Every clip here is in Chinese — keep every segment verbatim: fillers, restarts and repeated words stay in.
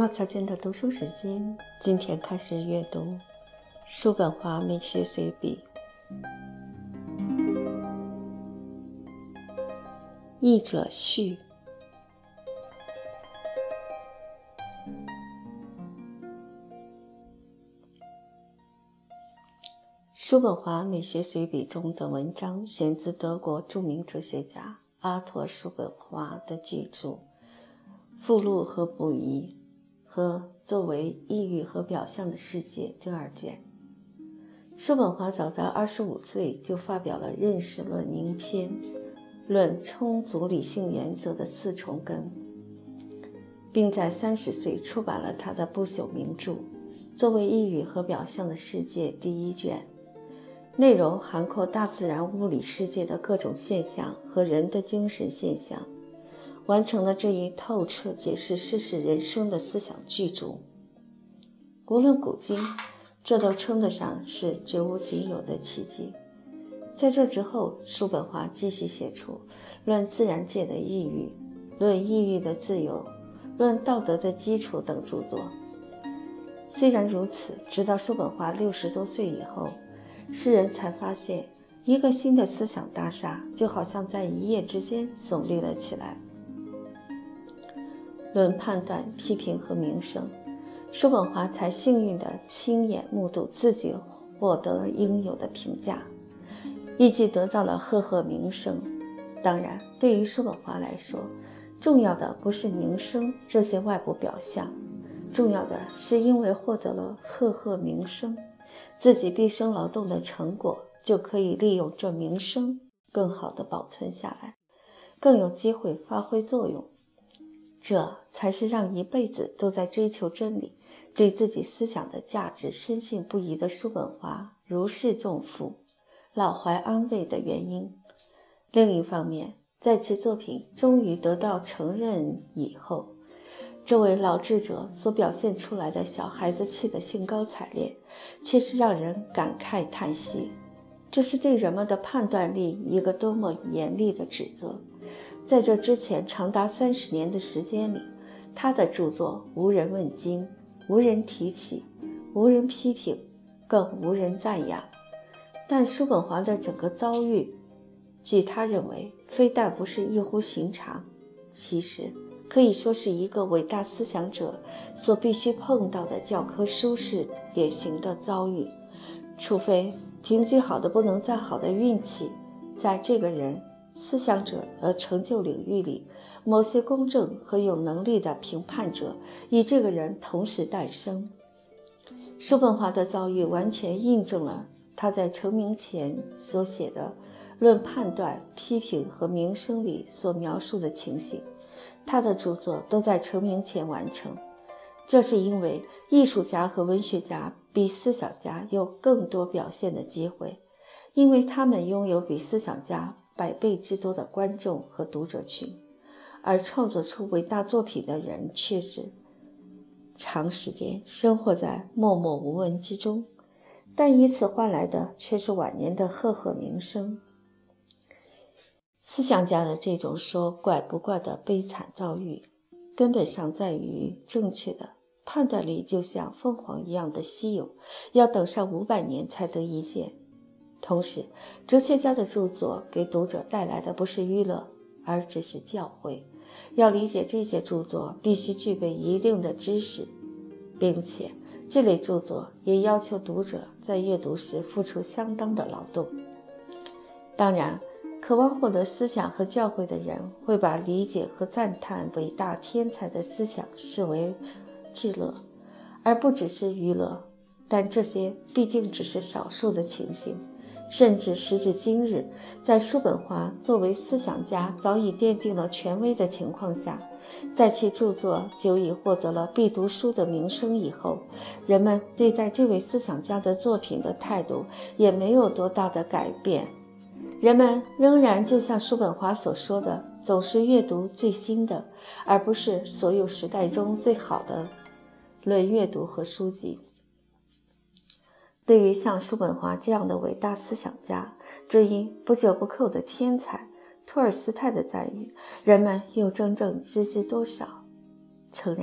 小娟的读书时间，今天开始阅读叔本华美学随笔。译者序。叔本华美学随笔中的文章选自德国著名哲学家阿托·叔本华的巨著《附录和补遗》和作为抑郁和表象的世界第二卷。叔本华早在二十五岁就发表了认识论名篇，论充足理性原则的四重根，并在三十岁出版了他的不朽名著《作为抑郁和表象的世界》第一卷，内容涵括大自然物理世界的各种现象和人的精神现象，完成了这一透彻解释世事人生的思想巨著。无论古今，这都称得上是绝无仅有的奇迹。在这之后，叔本华继续写出论自然界的抑郁、论抑郁的自由、论道德的基础等著作。虽然如此，直到叔本华六十多岁以后，世人才发现一个新的思想大厦就好像在一夜之间耸立了起来。论判断、批评和名声，叔本华才幸运地亲眼目睹自己获得了应有的评价，以及得到了赫赫名声。当然，对于叔本华来说，重要的不是名声这些外部表象，重要的是因为获得了赫赫名声，自己毕生劳动的成果就可以利用这名声更好地保存下来，更有机会发挥作用。这才是让一辈子都在追求真理，对自己思想的价值深信不疑的叔本华如释重负，老怀安慰的原因。另一方面，在其作品终于得到承认以后，这位老智者所表现出来的小孩子气的兴高采烈，却是让人感慨叹息。这是对人们的判断力一个多么严厉的指责。在这之前长达三十年的时间里，他的著作无人问津，无人提起，无人批评，更无人赞扬。但叔本华的整个遭遇，据他认为，非但不是异乎寻常，其实可以说是一个伟大思想者所必须碰到的教科书式典型的遭遇。除非评级好的不能再好的运气，在这个人思想者的成就领域里，某些公正和有能力的评判者与这个人同时诞生。叔本华的遭遇完全印证了他在成名前所写的论判断、批评和名声里所描述的情形。他的著作都在成名前完成，这是因为艺术家和文学家比思想家有更多表现的机会，因为他们拥有比思想家百倍之多的观众和读者群，而创作出伟大作品的人却是长时间生活在默默无闻之中，但以此换来的却是晚年的赫赫名声。思想家的这种说怪不怪的悲惨遭遇，根本上在于正确的判断力就像凤凰一样的稀有，要等上五百年才得一见。同时，哲学家的著作给读者带来的不是娱乐，而只是教诲。要理解这些著作，必须具备一定的知识，并且这类著作也要求读者在阅读时付出相当的劳动。当然，渴望获得思想和教诲的人会把理解和赞叹伟大天才的思想视为至乐，而不只是娱乐。但这些毕竟只是少数的情形。甚至时至今日，在叔本华作为思想家早已奠定了权威的情况下，在其著作久已获得了必读书的名声以后，人们对待这位思想家的作品的态度也没有多大的改变。人们仍然就像叔本华所说的，总是阅读最新的，而不是所有时代中最好的论阅读和书籍。对于像叔本华这样的伟大思想家，这一不折不扣的天才，托尔斯泰的赞誉，人们又真正知之多少？诚然，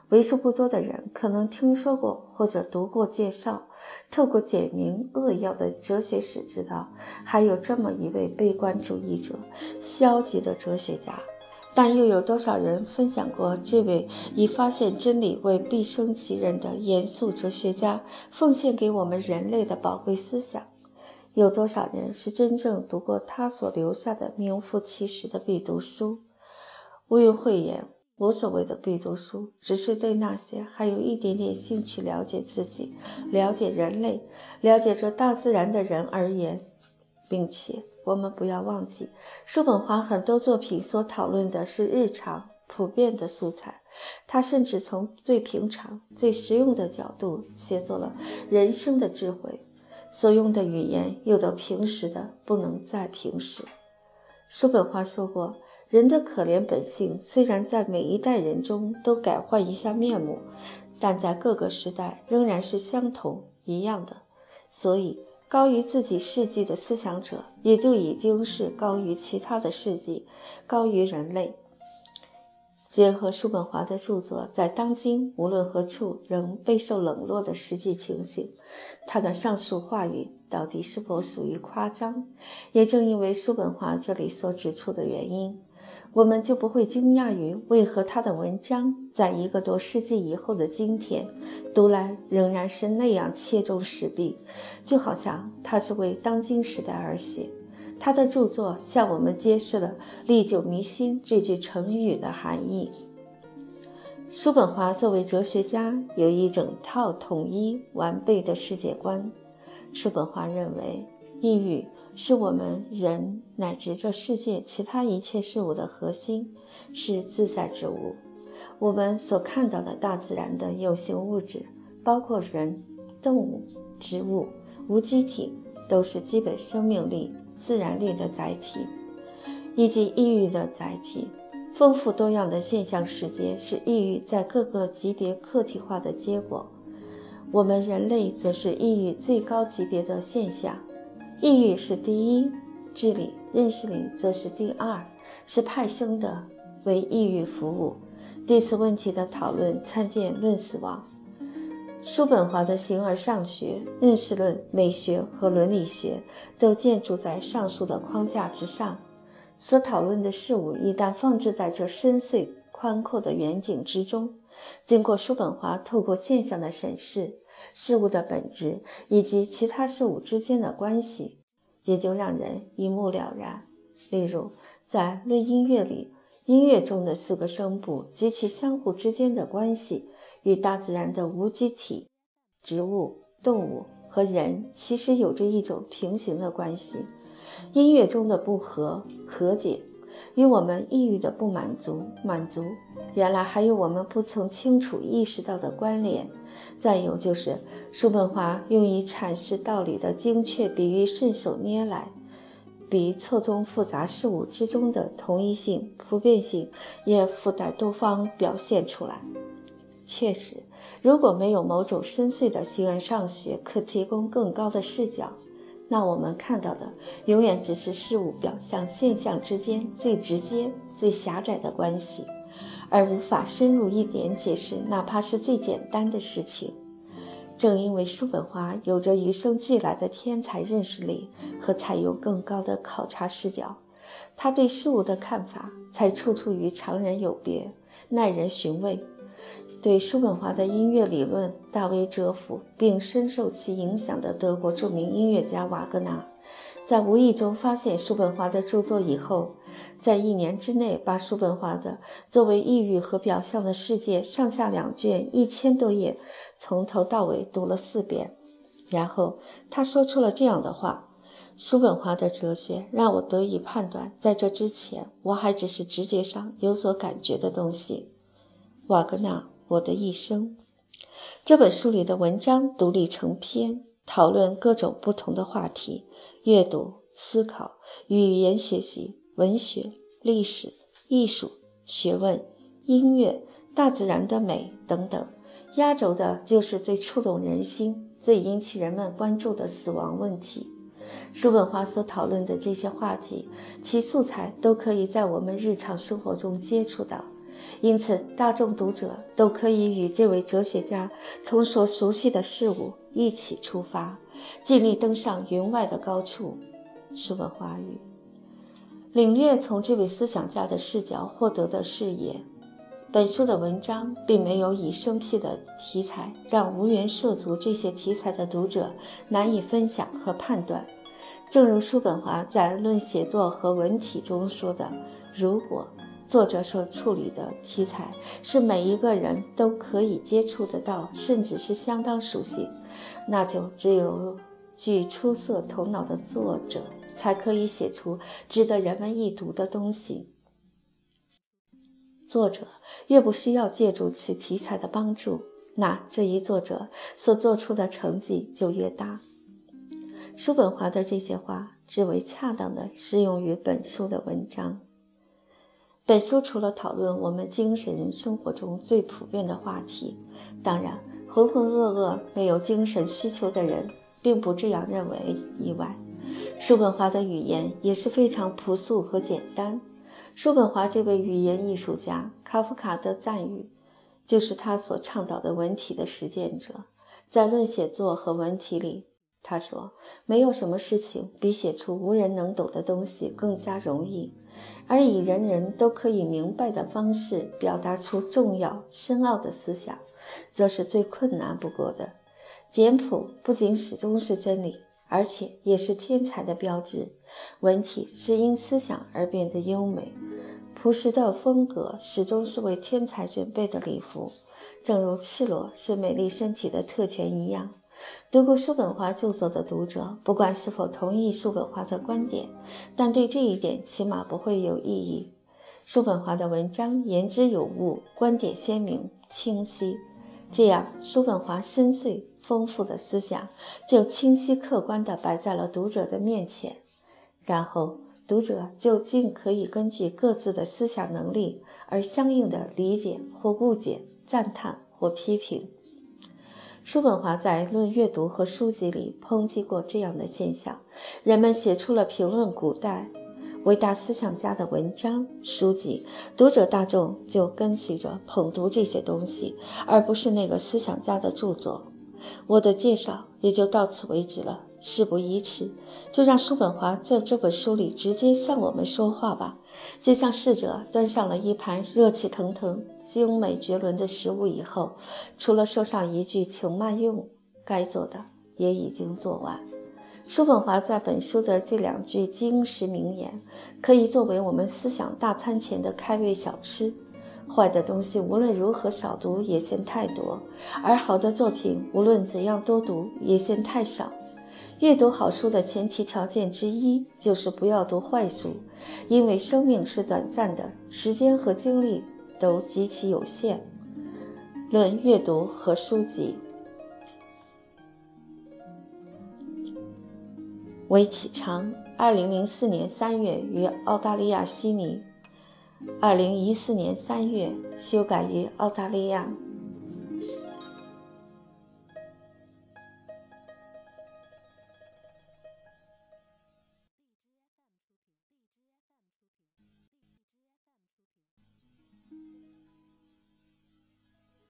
为数不多的人可能听说过或者读过介绍，透过简明扼要的哲学史知道，还有这么一位悲观主义者、消极的哲学家。但又有多少人分享过这位以发现真理为毕生己任的严肃哲学家奉献给我们人类的宝贵思想？有多少人是真正读过他所留下的名副其实的必读书？毋庸讳言，我所谓的必读书，只是对那些还有一点点兴趣了解自己、了解人类、了解这大自然的人而言。并且我们不要忘记，叔本华很多作品所讨论的是日常普遍的素材，他甚至从最平常、最实用的角度写作了人生的智慧，所用的语言有的平时的不能再平时。叔本华说过，人的可怜本性虽然在每一代人中都改换一下面目，但在各个时代仍然是相同一样的。所以高于自己世纪的思想者，也就已经是高于其他的世纪，高于人类。结合叔本华的著作在当今无论何处仍备受冷落的实际情形，他的上述话语到底是否属于夸张，也正因为叔本华这里所指出的原因，我们就不会惊讶于为何他的文章在一个多世纪以后的今天读来仍然是那样切中时弊，就好像他是为当今时代而写。他的著作向我们揭示了历久弥新这句成语的含义。叔本华作为哲学家有一整套统一完备的世界观。叔本华认为，意欲是我们人乃至这世界其他一切事物的核心，是自在之物。我们所看到的大自然的有形物质，包括人、动物、植物、无机体，都是基本生命力、自然力的载体，以及意欲的载体。丰富多样的现象世界是意欲在各个级别客体化的结果，我们人类则是意欲最高级别的现象。意欲是第一，智力、认识力则是第二，是派生的，为意欲服务。对此问题的讨论参见《论死亡》。叔本华的形而上学、认识论、美学和伦理学都建筑在上述的框架之上。所讨论的事物一旦放置在这深邃宽阔的远景之中，经过叔本华透过现象的审视，事物的本质以及其他事物之间的关系，也就让人一目了然。例如，在论音乐里，音乐中的四个声部及其相互之间的关系，与大自然的无机体、植物、动物和人其实有着一种平行的关系。音乐中的不和、和解，与我们意欲的不满足、满足，原来还有我们不曾清楚意识到的关联。再有就是叔本华用以阐释道理的精确比喻顺手拈来，比错综复杂事物之中的同一性、普遍性也附带多方表现出来。确实，如果没有某种深邃的形而上学可提供更高的视角，那我们看到的永远只是事物表象现象之间最直接、最狭窄的关系，而无法深入一点解释哪怕是最简单的事情。正因为叔本华有着与生俱来的天才认识力和采用更高的考察视角，他对事物的看法才处处与常人有别，耐人寻味。对叔本华的音乐理论大为折服并深受其影响的德国著名音乐家瓦格纳，在无意中发现叔本华的著作以后，在一年之内把叔本华的作为意欲和表象的世界上下两卷一千多页从头到尾读了四遍。然后他说出了这样的话：叔本华的哲学让我得以判断，在这之前我还只是直觉上有所感觉的东西。瓦格纳，我的一生。这本书里的文章独立成篇，讨论各种不同的话题，阅读、思考、语言学习、文学、历史、艺术、学问、音乐、大自然的美等等。压轴的就是最触动人心、最引起人们关注的死亡问题。叔本华所讨论的这些话题，其素材都可以在我们日常生活中接触到。 因此大众读者都可以与这位哲学家从所熟悉的事物一起出发，尽力登上云外的高处。叔本华语领略从这位思想家的视角获得的视野。本书的文章并没有以生僻的题材让无缘涉足这些题材的读者难以分享和判断。正如叔本华在《论写作和文体》中说的，如果作者所处理的题材是每一个人都可以接触得到，甚至是相当熟悉，那就只有具出色头脑的作者才可以写出值得人们一读的东西。作者越不需要借助其题材的帮助，那这一作者所做出的成绩就越大。叔本华的这些话只为恰当地适用于本书的文章。本书除了讨论我们精神生活中最普遍的话题，当然浑浑噩噩没有精神需求的人并不这样认为以外，叔本华的语言也是非常朴素和简单。叔本华这位语言艺术家，卡夫卡的赞誉就是他所倡导的文体的实践者。在《论写作和文体》里，他说，没有什么事情比写出无人能懂的东西更加容易，而以人人都可以明白的方式表达出重要深奥的思想，则是最困难不过的。简朴不仅始终是真理，而且也是天才的标志。文体是因思想而变得优美，朴实的风格始终是为天才准备的礼服，正如赤裸是美丽身体的特权一样。读过叔本华著作的读者，不管是否同意叔本华的观点，但对这一点起码不会有异议。叔本华的文章言之有物，观点鲜明清晰，这样叔本华深邃丰富的思想就清晰客观地摆在了读者的面前，然后读者就尽可以根据各自的思想能力而相应的理解或误解、赞叹或批评。叔本华在《论阅读和书籍》里抨击过这样的现象：人们写出了评论古代伟大思想家的文章、书籍，读者大众就跟随着捧读这些东西，而不是那个思想家的著作。我的介绍也就到此为止了，事不宜迟，就让叔本华在这本书里直接向我们说话吧。就像侍者端上了一盘热气腾腾、精美绝伦的食物以后，除了说上一句请慢用，该做的也已经做完。叔本华在本书的这两句经史名言，可以作为我们思想大餐前的开胃小吃。坏的东西无论如何少读也嫌太多，而好的作品无论怎样多读也嫌太少。阅读好书的前提条件之一就是不要读坏书，因为生命是短暂的，时间和精力都极其有限。论阅读和书籍。韦启昌，二零零四年三月于澳大利亚悉尼，二零一四年三月修改于澳大利亚